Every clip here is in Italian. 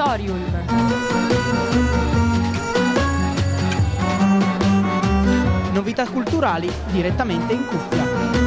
Auditorium. Novità culturali direttamente in cuffia.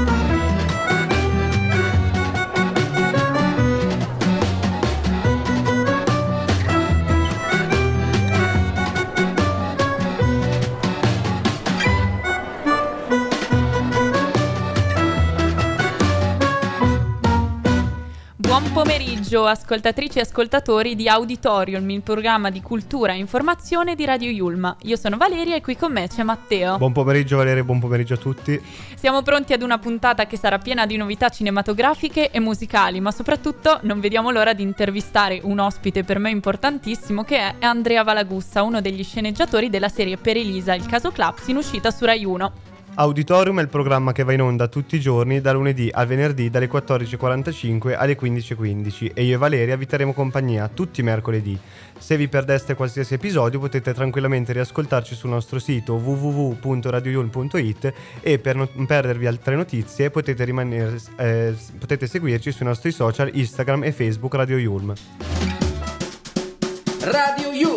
Buon pomeriggio ascoltatrici e ascoltatori di Auditorium, il programma di cultura e informazione di Radio Yulm. Io sono Valeria e qui con me c'è Matteo. Buon pomeriggio Valeria, buon pomeriggio a tutti. Siamo pronti ad una puntata che sarà piena di novità cinematografiche e musicali, ma soprattutto non vediamo l'ora di intervistare un ospite per me importantissimo che è Andrea Valagussa, uno degli sceneggiatori della serie Per Elisa, il caso Claps, in uscita su Rai 1. Auditorium è il programma che va in onda tutti i giorni da lunedì al venerdì dalle 14.45 alle 15.15 e io e Valeria vi terremo compagnia tutti i mercoledì. Se vi perdeste qualsiasi episodio potete tranquillamente riascoltarci sul nostro sito www.radioyulm.it e per non perdervi altre notizie potete seguirci sui nostri social Instagram e Facebook Radio Yulm. Radio Yulm.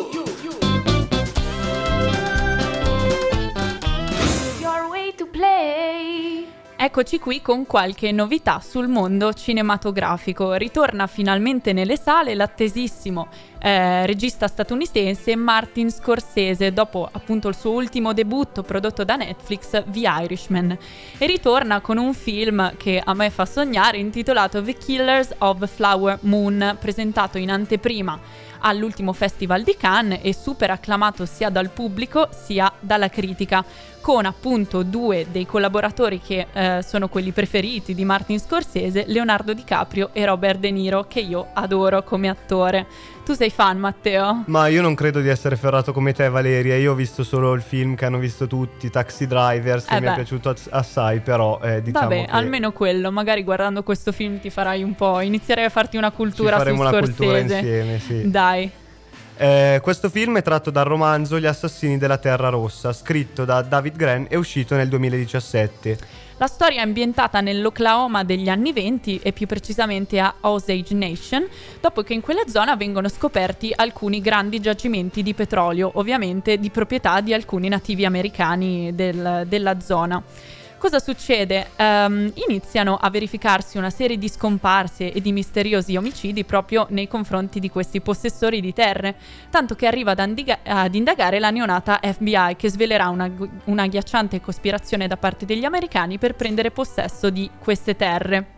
Eccoci qui con qualche novità sul mondo cinematografico. Ritorna finalmente nelle sale l'attesissimo regista statunitense Martin Scorsese dopo appunto il suo ultimo debutto prodotto da Netflix, The Irishman, e ritorna con un film che a me fa sognare intitolato The Killers of Flower Moon, presentato in anteprima all'ultimo Festival di Cannes e super acclamato sia dal pubblico sia dalla critica, con appunto due dei collaboratori che sono quelli preferiti di Martin Scorsese, Leonardo DiCaprio e Robert De Niro, che io adoro come attore. Tu sei fan, Matteo? Ma io non credo di essere ferrato come te, Valeria. Io ho visto solo il film che hanno visto tutti, Taxi Drivers, che mi è piaciuto assai, però diciamo vabbè, che... almeno quello, magari guardando questo film ti farai un po', inizierei a farti una cultura su Scorsese. Ci faremo una cultura insieme, sì. Dai. Questo film è tratto dal romanzo Gli assassini della Terra Rossa, scritto da David Grann e uscito nel 2017. La storia è ambientata nell'Oklahoma degli anni 20 e più precisamente a Osage Nation, dopo che in quella zona vengono scoperti alcuni grandi giacimenti di petrolio, ovviamente di proprietà di alcuni nativi americani della zona. Cosa succede? Iniziano a verificarsi una serie di scomparse e di misteriosi omicidi proprio nei confronti di questi possessori di terre, tanto che arriva ad indagare la neonata FBI, che svelerà una agghiacciante cospirazione da parte degli americani per prendere possesso di queste terre.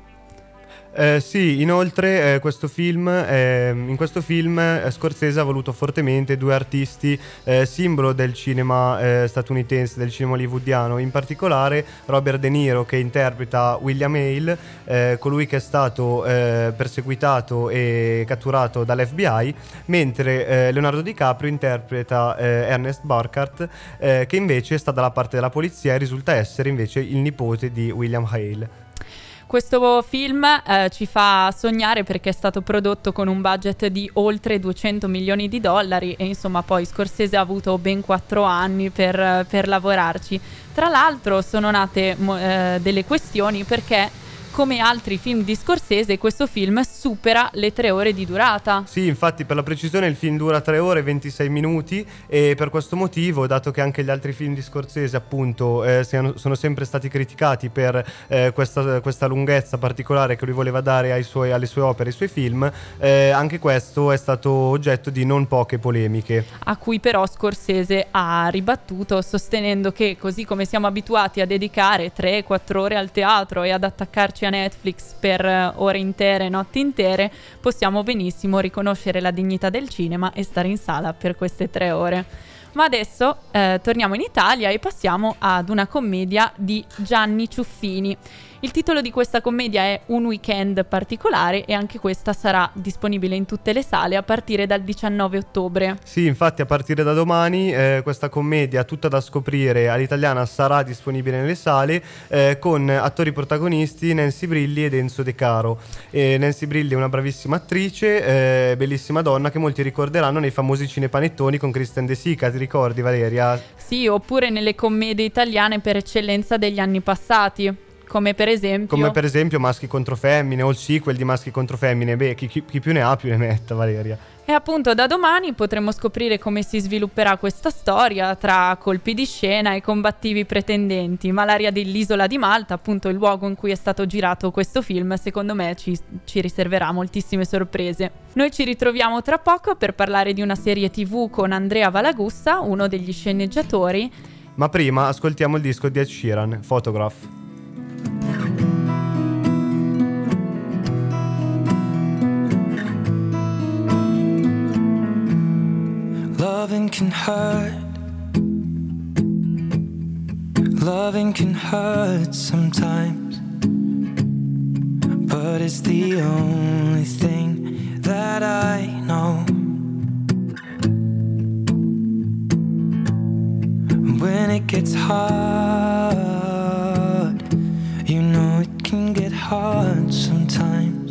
Sì, inoltre in questo film Scorsese ha voluto fortemente due artisti simbolo del cinema statunitense, del cinema hollywoodiano, in particolare Robert De Niro, che interpreta William Hale, colui che è stato perseguitato e catturato dall'FBI, mentre Leonardo DiCaprio interpreta Ernest Burkhardt, che invece sta dalla parte della polizia e risulta essere invece il nipote di William Hale. Questo film ci fa sognare perché è stato prodotto con un budget di oltre $200 milioni e insomma poi Scorsese ha avuto ben 4 anni per lavorarci. Tra l'altro sono nate delle questioni perché, come altri film di Scorsese, questo film supera le 3 ore di durata. Sì, infatti per la precisione il film dura 3 ore e 26 minuti e per questo motivo, dato che anche gli altri film di Scorsese appunto sono sempre stati criticati per questa lunghezza particolare che lui voleva dare alle sue opere, ai suoi film, anche questo è stato oggetto di non poche polemiche. A cui però Scorsese ha ribattuto, sostenendo che così come siamo abituati a dedicare 3-4 ore al teatro e ad attaccarci a Netflix per ore intere, notti intere, possiamo benissimo riconoscere la dignità del cinema e stare in sala per queste 3 ore. Ma adesso torniamo in Italia e passiamo ad una commedia di Gianni Ciuffini. Il titolo di questa commedia è Un weekend particolare e anche questa sarà disponibile in tutte le sale a partire dal 19 ottobre. Sì, infatti a partire da domani questa commedia tutta da scoprire all'italiana sarà disponibile nelle sale con attori protagonisti Nancy Brilli ed Enzo De Caro. Nancy Brilli è una bravissima attrice, bellissima donna che molti ricorderanno nei famosi cinepanettoni con Christian De Sica, ti ricordi Valeria? Sì, oppure nelle commedie italiane per eccellenza degli anni passati. Come per esempio Maschi contro Femmine o il sequel di Maschi contro Femmine. Beh, chi più ne ha più ne metta, Valeria. E appunto da domani potremo scoprire come si svilupperà questa storia tra colpi di scena e combattivi pretendenti, ma l'area dell'isola di Malta, appunto il luogo in cui è stato girato questo film, secondo me ci riserverà moltissime sorprese. Noi ci ritroviamo tra poco per parlare di una serie TV con Andrea Valagussa, uno degli sceneggiatori. Ma prima ascoltiamo il disco di Ed Sheeran, Photograph. Loving can hurt. Loving can hurt sometimes, but it's the only thing that I know. When it gets hard, you know it can get hard sometimes.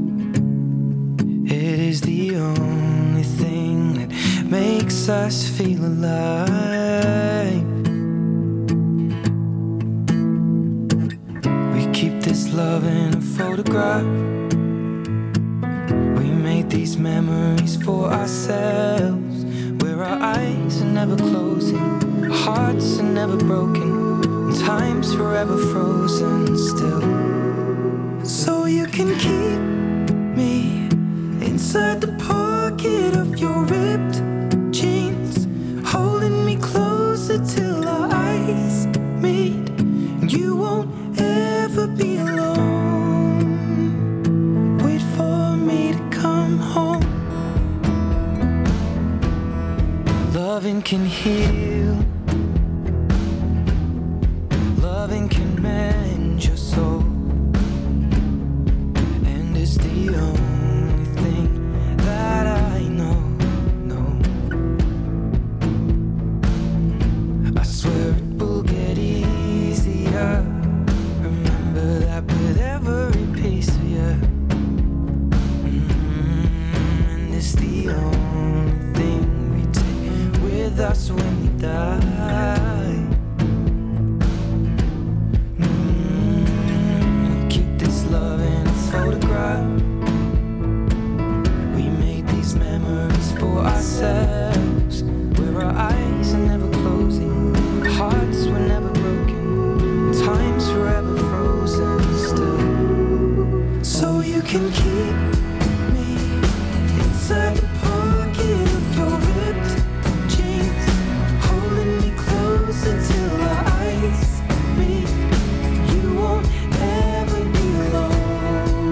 It is the only thing that makes us feel alive. We keep this love in a photograph. We made these memories for ourselves, where our eyes are never closing, our hearts are never broken, and time's forever frozen still. So you can keep me inside the pocket of your ripped jeans, holding me closer till our eyes meet, and you won't ever be alone. Wait for me to come home. Loving can heal, loving can mend your soul, and it's the only thing that I know. I swear it will get easier. Remember that with every piece of you. And it's the only thing we take with us when we die. We keep this love in a photograph. We made these memories for ourselves, where our eyes are never closing, our hearts were never broken, time's forever frozen still. So you can keep me inside the pocket of your ripped jeans, holding me closer till our eyes meet. You won't ever be alone.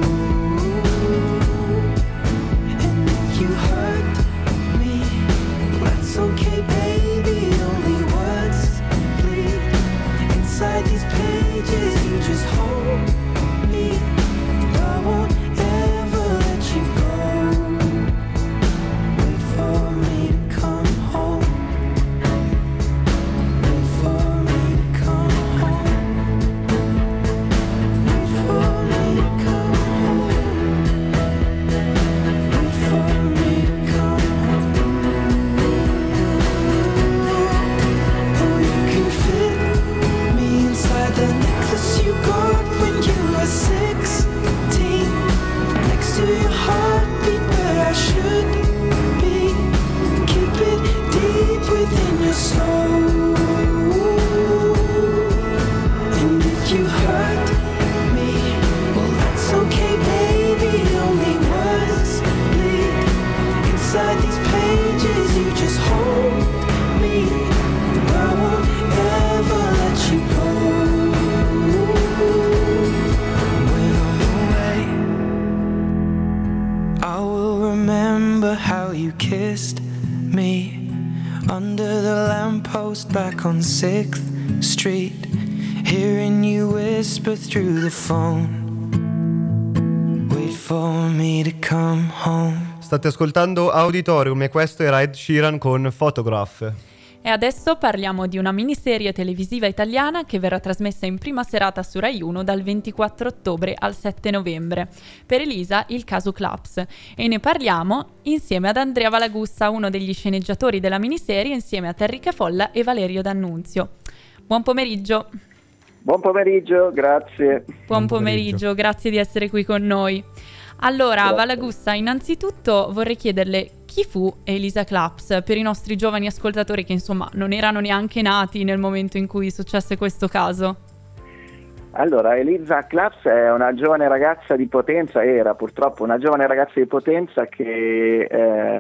And if you hurt me, that's okay, baby. Only words bleed inside these pages. You just hold me. I won't ever let you go. Wait for me to come home. Wait for me to come home. Wait for me to come home. Wait for me to come home. Oh, you can fit me inside the necklace you got when you were 16, next to your heartbeat where I should be. Keep it deep within your soul. And if you hurt me, well, that's okay, baby. Only words bleed inside these pages. You just hold me. I won't ever let you go. When I'm away, I will remember how you kissed me under the lamppost back on 6th Street, hearing you whisper through the phone. Wait for me to come home. State ascoltando Auditorium e questo era Ed Sheeran con Photograph. E adesso parliamo di una miniserie televisiva italiana che verrà trasmessa in prima serata su Rai 1 dal 24 ottobre al 7 novembre. Per Elisa, il caso Claps. E ne parliamo insieme ad Andrea Valagussa, uno degli sceneggiatori della miniserie, insieme a Enrica Folla e Valerio D'Annunzio. Buon pomeriggio. Buon pomeriggio, grazie. Buon pomeriggio, grazie di essere qui con noi. Allora, Grazie. Valagussa, innanzitutto vorrei chiederle chi fu Elisa Claps per i nostri giovani ascoltatori che insomma non erano neanche nati nel momento in cui successe questo caso. Allora, Elisa Claps è una giovane ragazza di Potenza, era purtroppo una giovane ragazza di Potenza che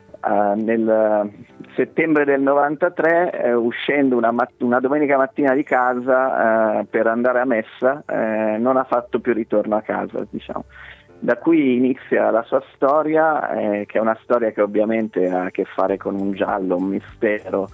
nel settembre del 93, uscendo una domenica mattina di casa per andare a messa, non ha fatto più ritorno a casa, diciamo. Da qui inizia la sua storia, che è una storia che ovviamente ha a che fare con un giallo, un mistero,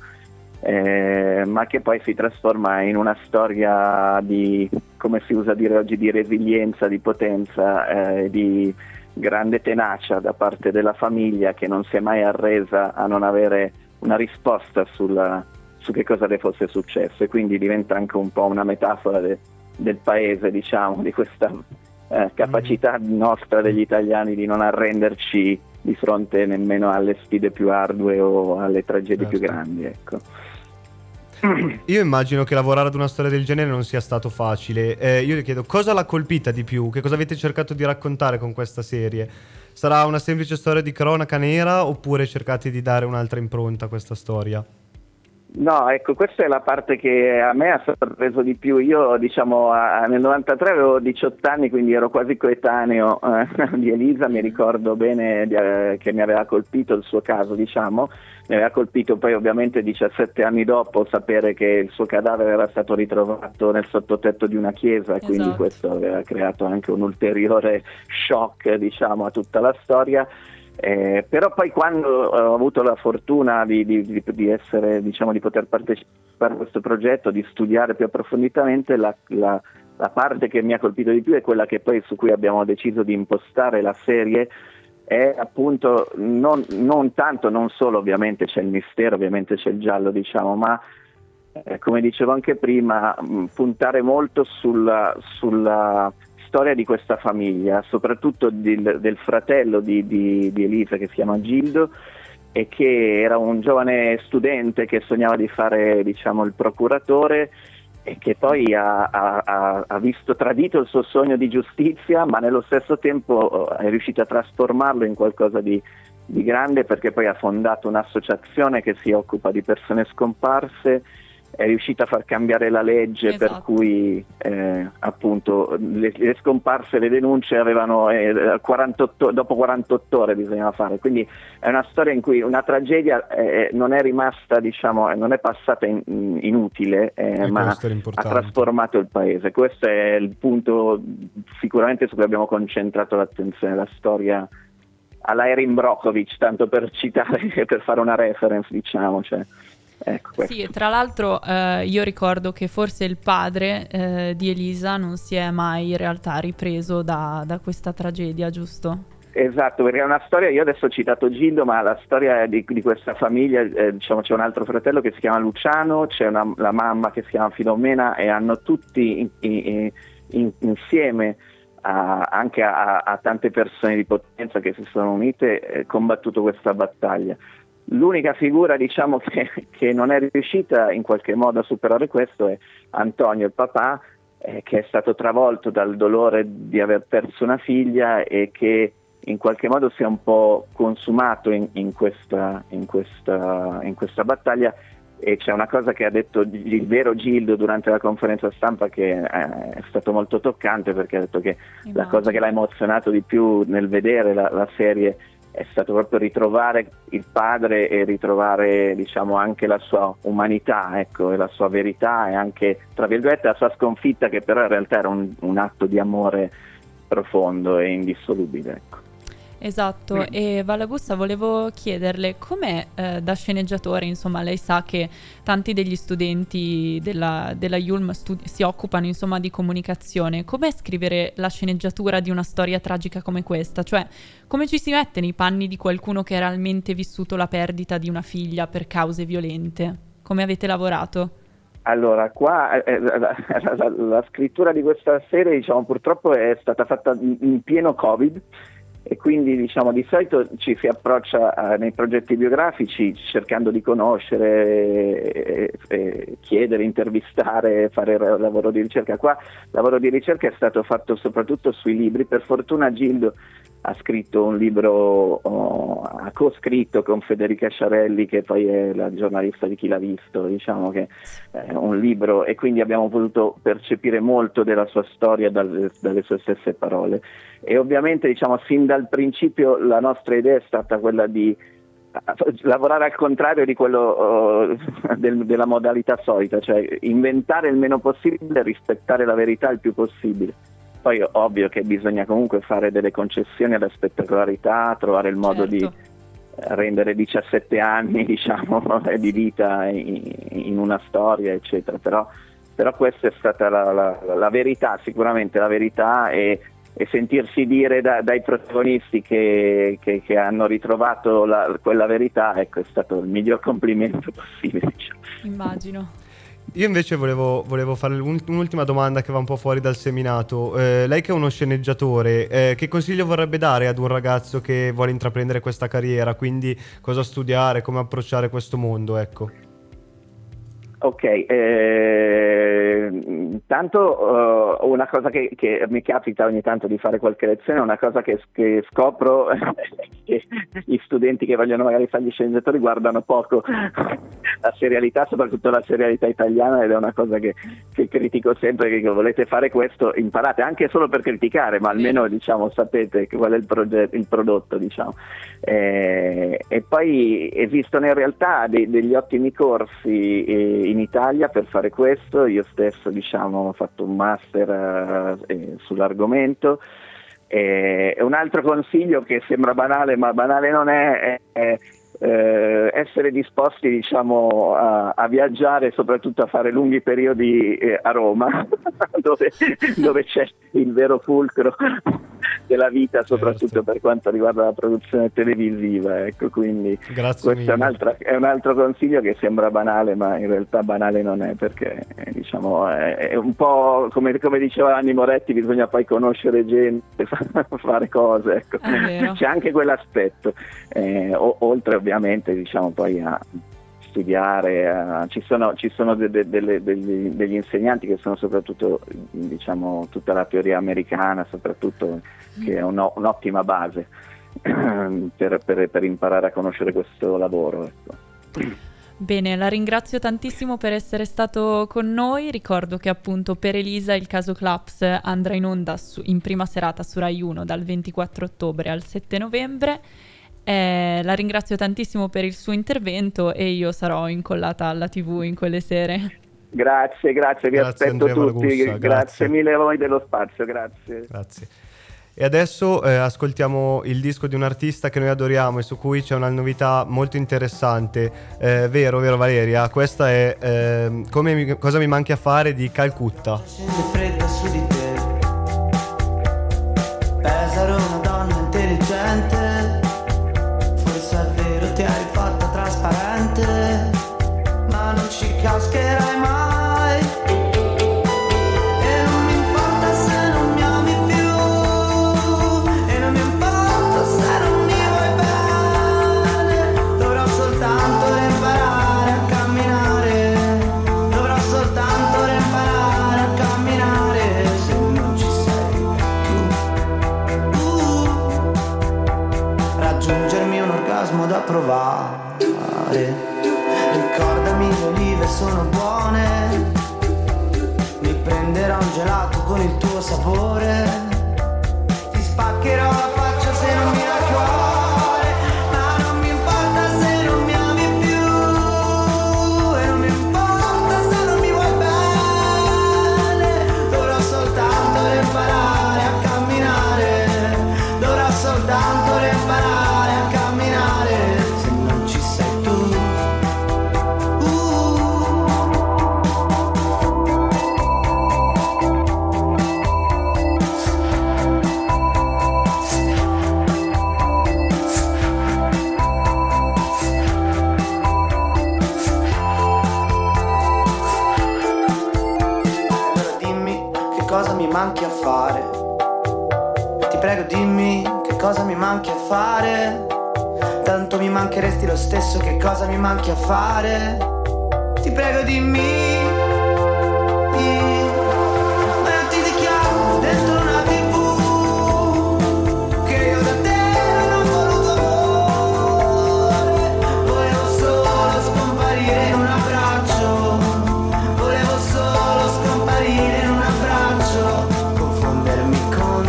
ma che poi si trasforma in una storia di, come si usa dire oggi, di resilienza, di potenza, di grande tenacia da parte della famiglia, che non si è mai arresa a non avere una risposta su che cosa le fosse successo, e quindi diventa anche un po' una metafora del paese, diciamo, di questa capacità nostra degli italiani di non arrenderci di fronte nemmeno alle sfide più ardue o alle tragedie più grandi, ecco. Io immagino che lavorare ad una storia del genere non sia stato facile. Io le chiedo, cosa l'ha colpita di più? Che cosa avete cercato di raccontare con questa serie? Sarà una semplice storia di cronaca nera oppure cercate di dare un'altra impronta a questa storia? No, ecco, questa è la parte che a me ha sorpreso di più. Io, diciamo, nel 93 avevo 18 anni, quindi ero quasi coetaneo di Elisa. Mi ricordo bene che mi aveva colpito il suo caso, diciamo. Mi aveva colpito poi ovviamente 17 anni dopo sapere che il suo cadavere era stato ritrovato nel sottotetto di una chiesa, quindi Esatto. questo aveva creato anche un ulteriore shock, diciamo, a tutta la storia. Però poi quando ho avuto la fortuna di essere, diciamo, di poter partecipare a questo progetto, di studiare più approfonditamente, la parte che mi ha colpito di più è quella che poi su cui abbiamo deciso di impostare la serie. È appunto non solo, ovviamente c'è il mistero, ovviamente c'è il giallo, diciamo, ma come dicevo anche prima, puntare molto sulla storia di questa famiglia, soprattutto del fratello di Elisa, che si chiama Gildo, e che era un giovane studente che sognava di fare, diciamo, il procuratore, e che poi ha visto tradito il suo sogno di giustizia, ma nello stesso tempo è riuscito a trasformarlo in qualcosa di grande, perché poi ha fondato un'associazione che si occupa di persone scomparse, è riuscita a far cambiare la legge, Esatto. per cui appunto le scomparse, le denunce avevano 48 dopo 48 ore bisognava fare, quindi è una storia in cui una tragedia non è rimasta, diciamo, non è passata inutile, ma questo era ha importante. trasformato il paese. Questo è il punto sicuramente su cui abbiamo concentrato l'attenzione, la storia alla Erin Brockovich, tanto per citare, per fare una reference, diciamo, cioè. Ecco, questo. Sì, tra l'altro io ricordo che forse il padre di Elisa non si è mai in realtà ripreso da questa tragedia, giusto? Esatto, perché è una storia, io adesso ho citato Gildo, ma la storia di questa famiglia, diciamo, c'è un altro fratello che si chiama Luciano, c'è la mamma che si chiama Filomena, e hanno tutti insieme anche a tante persone di Potenza che si sono unite, combattuto questa battaglia. L'unica figura, diciamo, che non è riuscita in qualche modo a superare questo è Antonio, il papà, che è stato travolto dal dolore di aver perso una figlia e che in qualche modo si è un po' consumato in questa battaglia. E c'è una cosa che ha detto il vero Gildo durante la conferenza stampa che è stato molto toccante, perché ha detto che la cosa che l'ha emozionato di più nel vedere la serie è stato proprio ritrovare il padre e ritrovare, diciamo, anche la sua umanità, ecco, e la sua verità, e anche, tra virgolette, la sua sconfitta, che però in realtà era un atto di amore profondo e indissolubile, ecco. Esatto, e Valagussa, volevo chiederle come da sceneggiatore, insomma, lei sa che tanti degli studenti della Yulm si occupano, insomma, di comunicazione. Com'è scrivere la sceneggiatura di una storia tragica come questa? Cioè, come ci si mette nei panni di qualcuno che ha realmente vissuto la perdita di una figlia per cause violente? Come avete lavorato? Allora, qua la scrittura di questa serie, diciamo, purtroppo è stata fatta in pieno Covid, e quindi diciamo di solito ci si approccia nei progetti biografici cercando di conoscere, chiedere, intervistare, fare lavoro di ricerca. Qua il lavoro di ricerca è stato fatto soprattutto sui libri. Per fortuna Gildo ha scritto un libro, ha co-scritto con Federica Sciarelli, che poi è la giornalista di Chi l'ha visto, diciamo che è un libro, e quindi abbiamo potuto percepire molto della sua storia dalle sue stesse parole. E ovviamente diciamo sin dal principio la nostra idea è stata quella di lavorare al contrario di quello della modalità solita, cioè inventare il meno possibile, rispettare la verità il più possibile. Poi ovvio che bisogna comunque fare delle concessioni alla spettacolarità, trovare il modo di rendere 17 anni diciamo di vita in una storia, eccetera, però questa è stata la verità, sicuramente la verità, e sentirsi dire dai protagonisti che hanno ritrovato quella verità, ecco, è stato il miglior complimento possibile, diciamo. Immagino. Io invece volevo fare un'ultima domanda che va un po' fuori dal seminato. Lei che è uno sceneggiatore, che consiglio vorrebbe dare ad un ragazzo che vuole intraprendere questa carriera? Quindi cosa studiare, come approcciare questo mondo, ecco. Ok, intanto una cosa che mi capita ogni tanto di fare qualche lezione, una cosa che scopro che gli studenti che vogliono magari fare gli sceneggiatori guardano poco la serialità, soprattutto la serialità italiana, ed è una cosa che critico sempre, che volete fare questo, imparate anche solo per criticare, ma almeno diciamo sapete qual è il prodotto, diciamo. E poi esistono in realtà degli ottimi corsi in Italia per fare questo. Io stesso diciamo ho fatto un master sull'argomento. E un altro consiglio che sembra banale, ma banale non è essere disposti diciamo a viaggiare, soprattutto a fare lunghi periodi a Roma dove c'è il vero fulcro della vita, soprattutto per quanto riguarda la produzione televisiva, ecco, quindi Grazie questo è un altro consiglio che sembra banale, ma in realtà banale non è, perché diciamo è un po' come diceva Anni Moretti, bisogna poi conoscere gente, fare cose, ecco. C'è anche quell'aspetto, oltre ovviamente diciamo poi a studiare, ci sono degli insegnanti che sono soprattutto diciamo tutta la teoria americana, soprattutto, che è un'ottima base per imparare a conoscere questo lavoro, ecco. Bene, la ringrazio tantissimo per essere stato con noi. Ricordo che appunto per Elisa il caso Claps andrà in onda in prima serata su Rai 1 dal 24 ottobre al 7 novembre. La ringrazio tantissimo per il suo intervento e io sarò incollata alla TV in quelle sere. Grazie, vi aspetto Andrea tutti. Margussa, grazie mille a voi dello spazio, grazie. E adesso ascoltiamo il disco di un artista che noi adoriamo e su cui c'è una novità molto interessante, vero Valeria? Questa è Cosa mi manchi a fare di Calcutta. Scende fredda su di te, Pesaro una donna intelligente, forse è vero ti hai fatta trasparente, ma non ci cascherai mai. Da provare, ricordami le olive sono buone, mi prenderò un gelato con il tuo sapore, ti spaccherò la faccia se non mi dai cuore, ma non mi importa se non mi ami più, e non mi importa se non mi vuoi bene, dovrò soltanto imparare a camminare, dovrò soltanto imparare a camminare. Manchi a fare, ti prego dimmi che cosa mi manchi a fare. Tanto mi mancheresti lo stesso, che cosa mi manchi a fare. Ti prego dimmi. Metti di chiaro dentro una TV che io da te non ho voluto amore. Volevo solo scomparire in un abbraccio. Volevo solo scomparire in un abbraccio. Confondermi con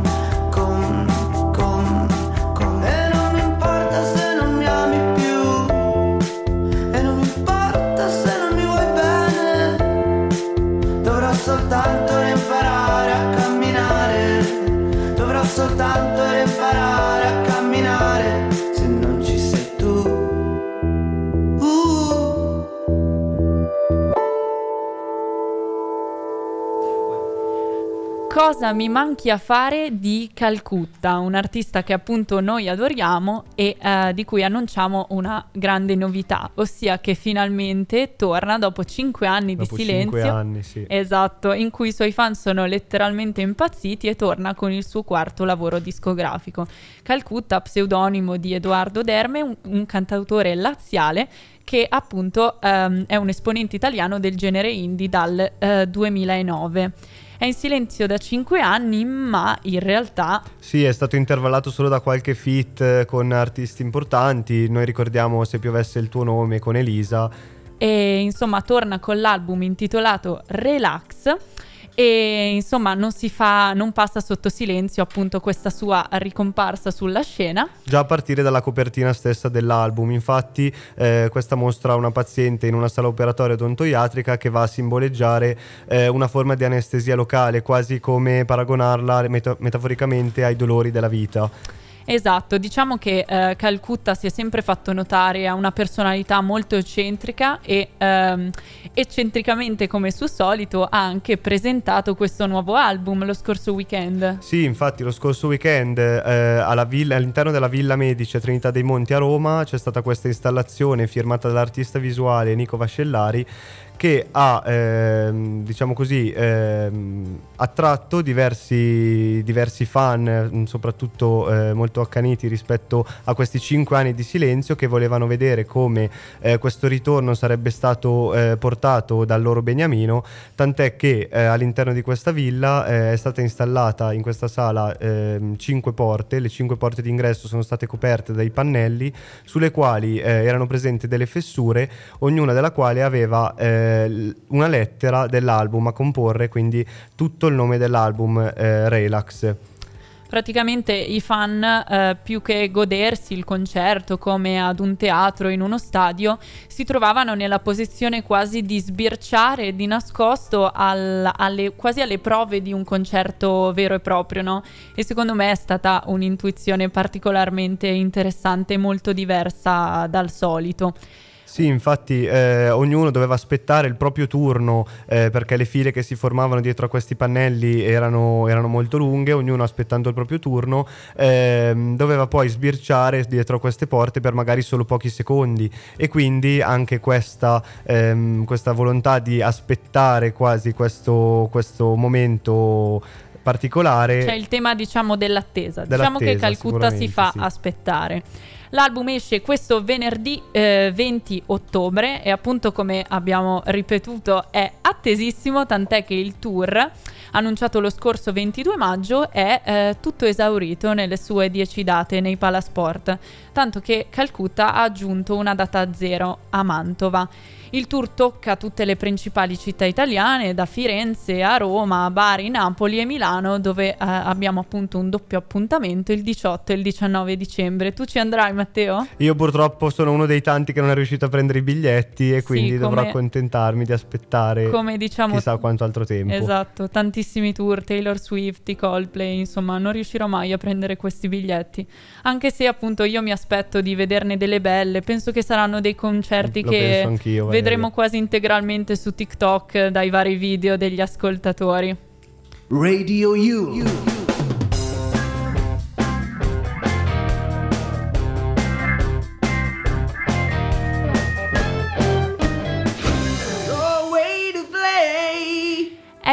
e non mi importa se non mi ami più. E non mi importa se non mi vuoi bene. Dovrò soltanto imparare a camminare. Dovrò soltanto imparare a camminare. Se non ci sei tu. Cosa mi manchi a fare di Calcutta, un artista che appunto noi adoriamo e di cui annunciamo una grande novità, ossia che finalmente torna dopo 5 anni di silenzio. 5 anni, sì. Esatto, in cui i suoi fan sono letteralmente impazziti, e torna con il suo quarto lavoro discografico. Calcutta, pseudonimo di Edoardo Derme, un cantautore laziale che appunto è un esponente italiano del genere indie dal 2009. È in silenzio da 5 anni, ma in realtà... Sì, è stato intervallato solo da qualche feat con artisti importanti. Noi ricordiamo Se piovesse il tuo nome con Elisa. E insomma torna con l'album intitolato Relax. E insomma non passa sotto silenzio appunto questa sua ricomparsa sulla scena, già a partire dalla copertina stessa dell'album. Infatti questa mostra una paziente in una sala operatoria odontoiatrica che va a simboleggiare una forma di anestesia locale, quasi come paragonarla metaforicamente ai dolori della vita. Esatto, diciamo che Calcutta si è sempre fatto notare, ha una personalità molto eccentrica e eccentricamente, come suo solito, ha anche presentato questo nuovo album lo scorso weekend. Sì, infatti lo scorso weekend all'interno della Villa Medici a Trinità dei Monti a Roma c'è stata questa installazione firmata dall'artista visuale Nico Vascellari, che ha diciamo così attratto diversi fan, soprattutto molto accaniti rispetto a questi 5 anni di silenzio, che volevano vedere come questo ritorno sarebbe stato portato dal loro beniamino, tant'è che all'interno di questa villa è stata installata in questa sala 5 porte. Le 5 porte d'ingresso sono state coperte dai pannelli sulle quali erano presenti delle fessure, ognuna della quale aveva una lettera dell'album a comporre, quindi tutto il nome dell'album, Relax. Praticamente i fan, più che godersi il concerto come ad un teatro in uno stadio, si trovavano nella posizione quasi di sbirciare di nascosto quasi alle prove di un concerto vero e proprio, no? E secondo me è stata un'intuizione particolarmente interessante e molto diversa dal solito. Sì, infatti ognuno doveva aspettare il proprio turno, perché le file che si formavano dietro a questi pannelli erano molto lunghe. Ognuno, aspettando il proprio turno, doveva poi sbirciare dietro a queste porte per magari solo pochi secondi, e quindi anche questa volontà di aspettare quasi questo momento particolare. C'è il tema, diciamo, dell'attesa. Diciamo che Calcutta si fa aspettare. L'album esce questo venerdì 20 ottobre e appunto, come abbiamo ripetuto, è attesissimo, tant'è che il tour, annunciato lo scorso 22 maggio, è tutto esaurito nelle sue 10 date nei Palasport, tanto che Calcutta ha aggiunto una data zero a Mantova. Il tour tocca tutte le principali città italiane, da Firenze a Roma, Bari, Napoli e Milano, dove abbiamo appunto un doppio appuntamento il 18 e il 19 dicembre. Tu ci andrai, Matteo? Io purtroppo sono uno dei tanti che non è riuscito a prendere i biglietti, e quindi dovrò accontentarmi di aspettare, come diciamo, chissà quanto altro tempo. Esatto, tantissimi tour, Taylor Swift, i Coldplay, insomma non riuscirò mai a prendere questi biglietti, anche se appunto io mi aspetto di vederne delle belle. Penso che saranno dei concerti che vedremo quasi integralmente su TikTok dai vari video degli ascoltatori. Radio You.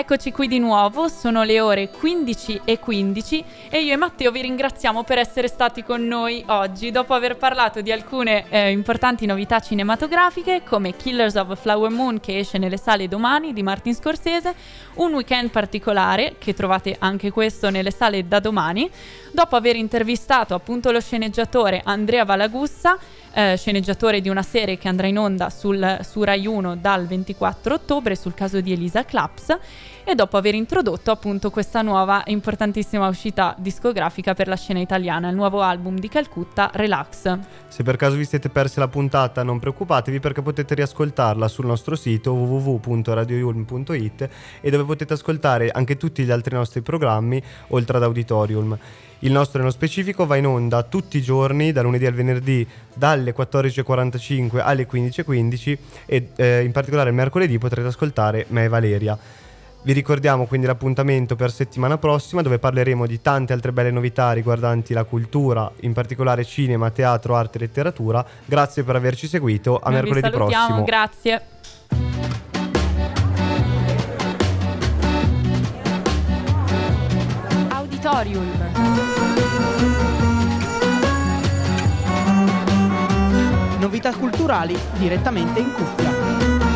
Eccoci qui di nuovo, sono le ore 15:15 e io e Matteo vi ringraziamo per essere stati con noi oggi dopo aver parlato di alcune importanti novità cinematografiche come Killers of a Flower Moon, che esce nelle sale domani, di Martin Scorsese, Un weekend particolare, che trovate anche questo nelle sale da domani, dopo aver intervistato appunto lo sceneggiatore Andrea Valagussa, sceneggiatore di una serie che andrà in onda su Rai 1 dal 24 ottobre sul caso di Elisa Claps, e dopo aver introdotto appunto questa nuova importantissima uscita discografica per la scena italiana, il nuovo album di Calcutta, Relax. Se per caso vi siete persi la puntata, non preoccupatevi, perché potete riascoltarla sul nostro sito www.radioyulm.it, e dove potete ascoltare anche tutti gli altri nostri programmi oltre ad Auditorium. Il nostro nello specifico va in onda tutti i giorni, da lunedì al venerdì, dalle 14:45 alle 15:15, e in particolare il mercoledì potrete ascoltare me e Valeria. Vi ricordiamo quindi l'appuntamento per settimana prossima, dove parleremo di tante altre belle novità riguardanti la cultura, in particolare cinema, teatro, arte e letteratura. Grazie per averci seguito, a mercoledì prossimo. Grazie. Auditorium. Novità culturali direttamente in cuffia.